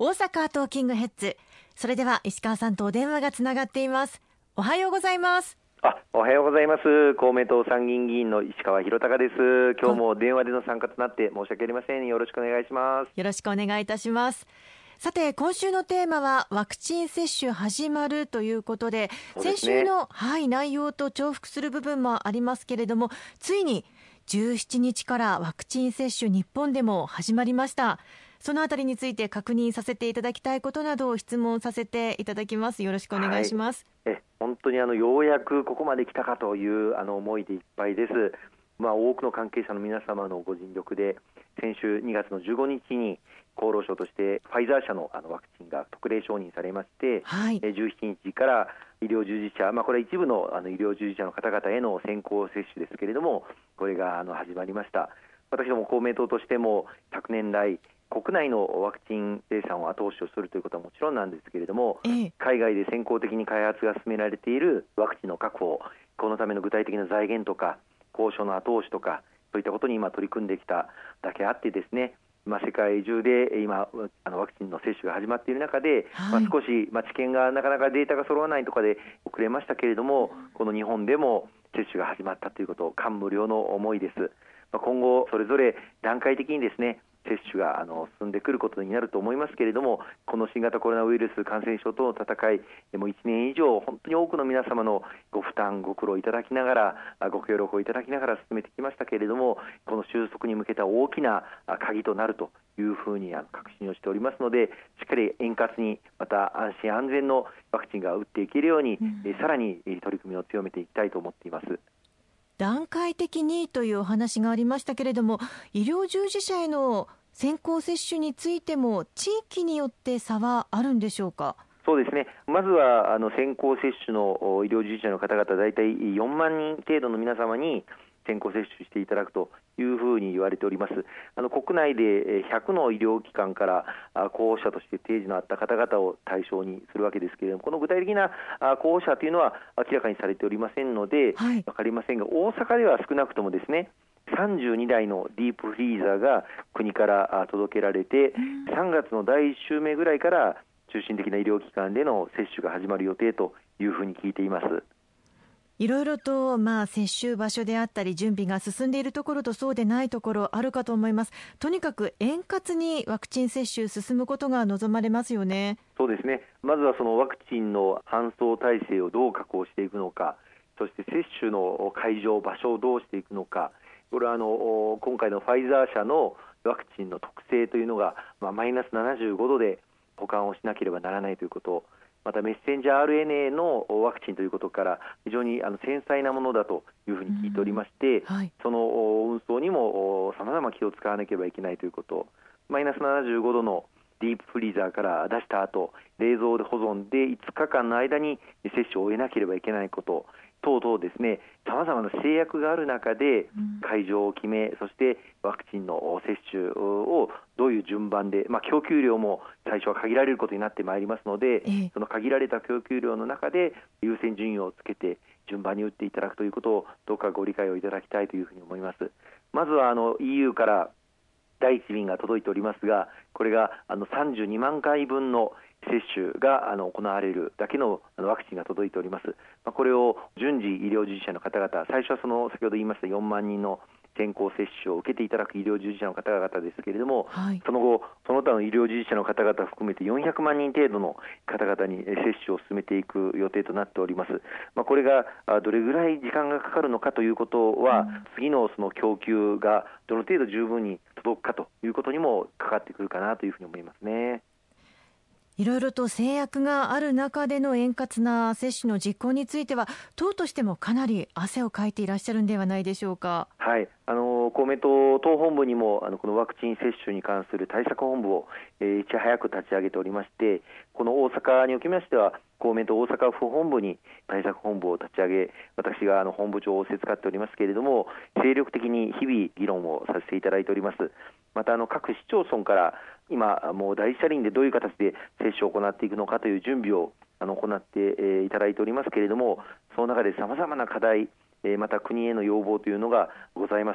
大阪トーキングヘッズ。それでは石川さんとお電話がつながっています。おはようございます。 おはようございます。公明党参議院議員の石川博隆です。今日も電話での参加となって申し訳ありません。よろしくお願いします。 よろしくお願いいたします。さて、今週のテーマはワクチン接種始まるということで、先週の、内容と重複する部分もありますけれども、ついに17日からワクチン接種日本でも始まりました。そのあたりについて確認させていただきたいことなどを質問させていただきます。よろしくお願いします。 本当にようやくここまで来たかという思いでいっぱいです。多くの関係者の皆様のご尽力で先週2月の15日に厚労省としてファイザー社のワクチンが特例承認されまして、17日から医療従事者、これは一部の医療従事者の方々への先行接種ですけれども、これが始まりました。私ども公明党としても昨年来国内のワクチン生産を後押しをするということはもちろんなんですけれども、海外で先行的に開発が進められているワクチンの確保、このための具体的な財源とか交渉の後押しとか、そういったことに今取り組んできただけあってですね、世界中で今ワクチンの接種が始まっている中で、少し治験がなかなかデータが揃わないとかで遅れましたけれども、この日本でも接種が始まったということ、感無量の思いです。今後それぞれ段階的にですね、接種が進んでくることになると思いますけれども、この新型コロナウイルス感染症との戦い、もう1年以上本当に多くの皆様のご負担ご苦労いただきながら、ご協力をいただきながら進めてきましたけれども、この収束に向けた大きな鍵となるというふうに確信をしておりますので、しっかり円滑にまた安心安全のワクチンが打っていけるように、さらに取り組みを強めていきたいと思っています。 段階的にというお話がありましたけれども、医療従事者への先行接種についても地域によって差はあるんでしょうか。 そうですね、まずは先行接種の医療従事者の方々、大体4万人程度の皆様に先行接種していただくというふうに言われております。国内で100の医療機関から候補者として提示のあった方々を対象にするわけですけれども、この具体的な候補者というのは明らかにされておりませんので、分かりませんが、大阪では少なくともですね、32台のディープフリーザーが国から届けられて、3月の第1週目ぐらいから中心的な医療機関での接種が始まる予定というふうに聞いています。 いろいろと接種場所であったり準備が進んでいるところとそうでないところあるかと思います。とにかく円滑にワクチン接種進むことが望まれますよね。 そうですね、まずはそのワクチンの搬送体制をどう確保していくのか、そして接種の会場場所をどうしていくのか、これは今回のファイザー社のワクチンの特性というのが、マイナス75度で保管をしなければならないということ、またメッセンジャー RNA のワクチンということから非常に繊細なものだというふうに聞いておりまして、その運送にも様々気を使わなければいけないということ、マイナス75度のディープフリーザーから出した後、冷蔵で保存で5日間の間に接種を終えなければいけないこと等々ですね、様々な制約がある中で会場を決め、そしてワクチンの接種をどういう順番で、供給量も最初は限られることになってまいりますので、その限られた供給量の中で優先順位をつけて順番に打っていただくということをどうかご理解をいただきたいというふうに思います。まずはEU から第1便が届いておりますが、これが32万回分の接種が行われるだけのワクチンが届いております。これを順次医療従事者の方々、最初は先ほど言いました4万人の先行接種を受けていただく医療従事者の方々ですけれども、その後その他の医療従事者の方々含めて400万人程度の方々に接種を進めていく予定となっております。これがどれぐらい時間がかかるのかということは、次のその供給がどの程度十分に届くかということにもかかってくるかなというふうに思いますね。 いろいろと制約がある中での円滑な接種の実行については、党としてもかなり汗をかいていらっしゃるんではないでしょうか。 公明党党本部にもこのワクチン接種に関する対策本部をいち早く立ち上げておりまして、この大阪におきましては公明党大阪府本部に対策本部を立ち上げ、私が本部長を仰せつかっておりますけれども、精力的に日々議論をさせていただいております。また各市町村から今もう第一車輪でどういう形で接種を行っていくのかという準備を行っていただいておりますけれども、その中でさまざまな課題、また国への要望というのがございます。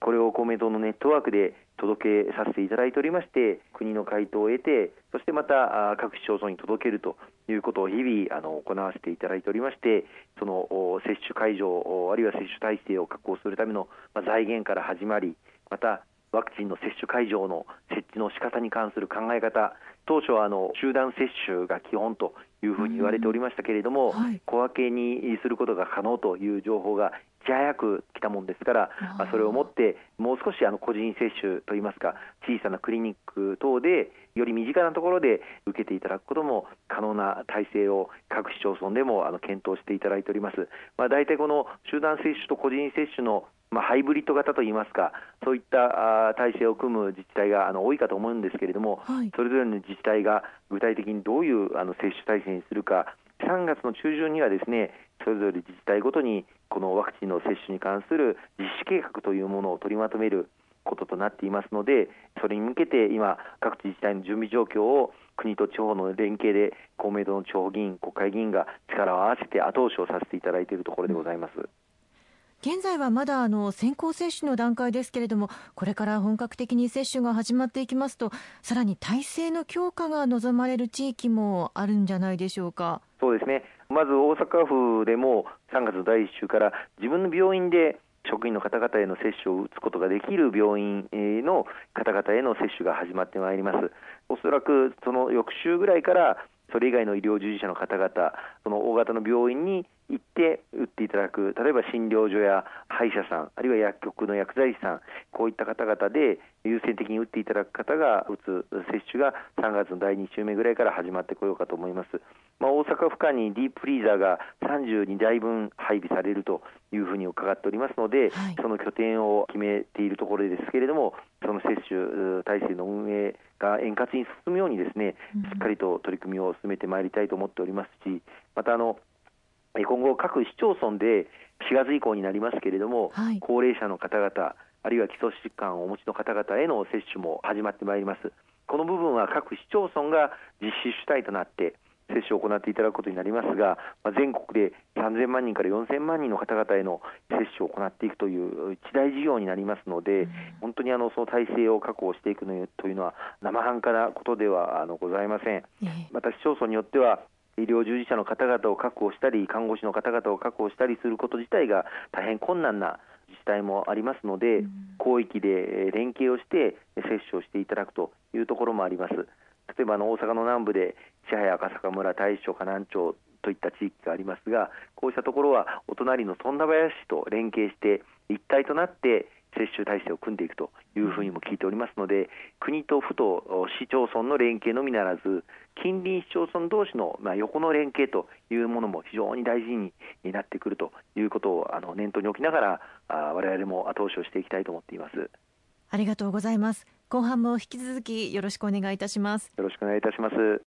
これを公明党のネットワークで届けさせていただいておりまして、国の回答を得て、そしてまた各市町村に届けるということを日々行わせていただいておりまして、その接種会場あるいは接種体制を確保するための財源から始まり、またワクチンの接種会場の設置の仕方に関する考え方、当初は集団接種が基本というふうに言われておりましたけれども、小分けにすることが可能という情報がいち早く来たもんですから、それをもってもう少し個人接種といいますか、小さなクリニック等でより身近なところで受けていただくことも可能な体制を各市町村でも検討していただいております。大体この集団接種と個人接種のハイブリッド型といいますか、そういった体制を組む自治体が多いかと思うんですけれども、それぞれの自治体が具体的にどういう接種体制にするか、3月の中旬にはですね、それぞれ自治体ごとにこのワクチンの接種に関する実施計画というものを取りまとめることとなっていますので、それに向けて今各自治体の準備状況を国と地方の連携で公明党の地方議員、国会議員が力を合わせて後押しをさせていただいているところでございます。 現在はまだ先行接種の段階ですけれども、これから本格的に接種が始まっていきますと、さらに体制の強化が望まれる地域もあるんじゃないでしょうか。 そうですね。まず大阪府でも3月の第1週から自分の病院で職員の方々への接種を打つことができる病院の方々への接種が始まってまいります。おそらくその翌週ぐらいからそれ以外の医療従事者の方々、その大型の病院に行って打っていただく、例えば診療所や歯医者さん、あるいは薬局の薬剤師さん、こういった方々で優先的に打っていただく方が打つ接種が3月の第2週目ぐらいから始まってこようかと思います。大阪府間にディープフリーザーが32台分配備されるというふうに伺っておりますので、その拠点を決めているところですけれども、その接種体制の運営が円滑に進むようにですね、しっかりと取り組みを進めてまいりたいと思っておりますし、また今後各市町村で4月以降になりますけれども、高齢者の方々、あるいは基礎疾患をお持ちの方々への接種も始まってまいります。この部分は各市町村が実施主体となって接種を行っていただくことになりますが、全国で3000万人から4000万人の方々への接種を行っていくという一大事業になりますので、本当にその体制を確保していくというのは生半可なことではございません。また市町村によっては医療従事者の方々を確保したり、看護師の方々を確保したりすること自体が大変困難な自治体もありますので、広域で連携をして接種をしていただくというところもあります。例えば大阪の南部で千早、赤坂村、太子町、河南町といった地域がありますが、こうしたところはお隣の富田林市と連携して一体となって接種体制を組んでいくというふうにも聞いておりますので、国と府と市町村の連携のみならず、近隣市町村同士の横の連携というものも非常に大事になってくるということを念頭に置きながら我々も後押しをしていきたいと思っています。 ありがとうございます。後半も引き続きよろしくお願いいたします。 よろしくお願いいたします。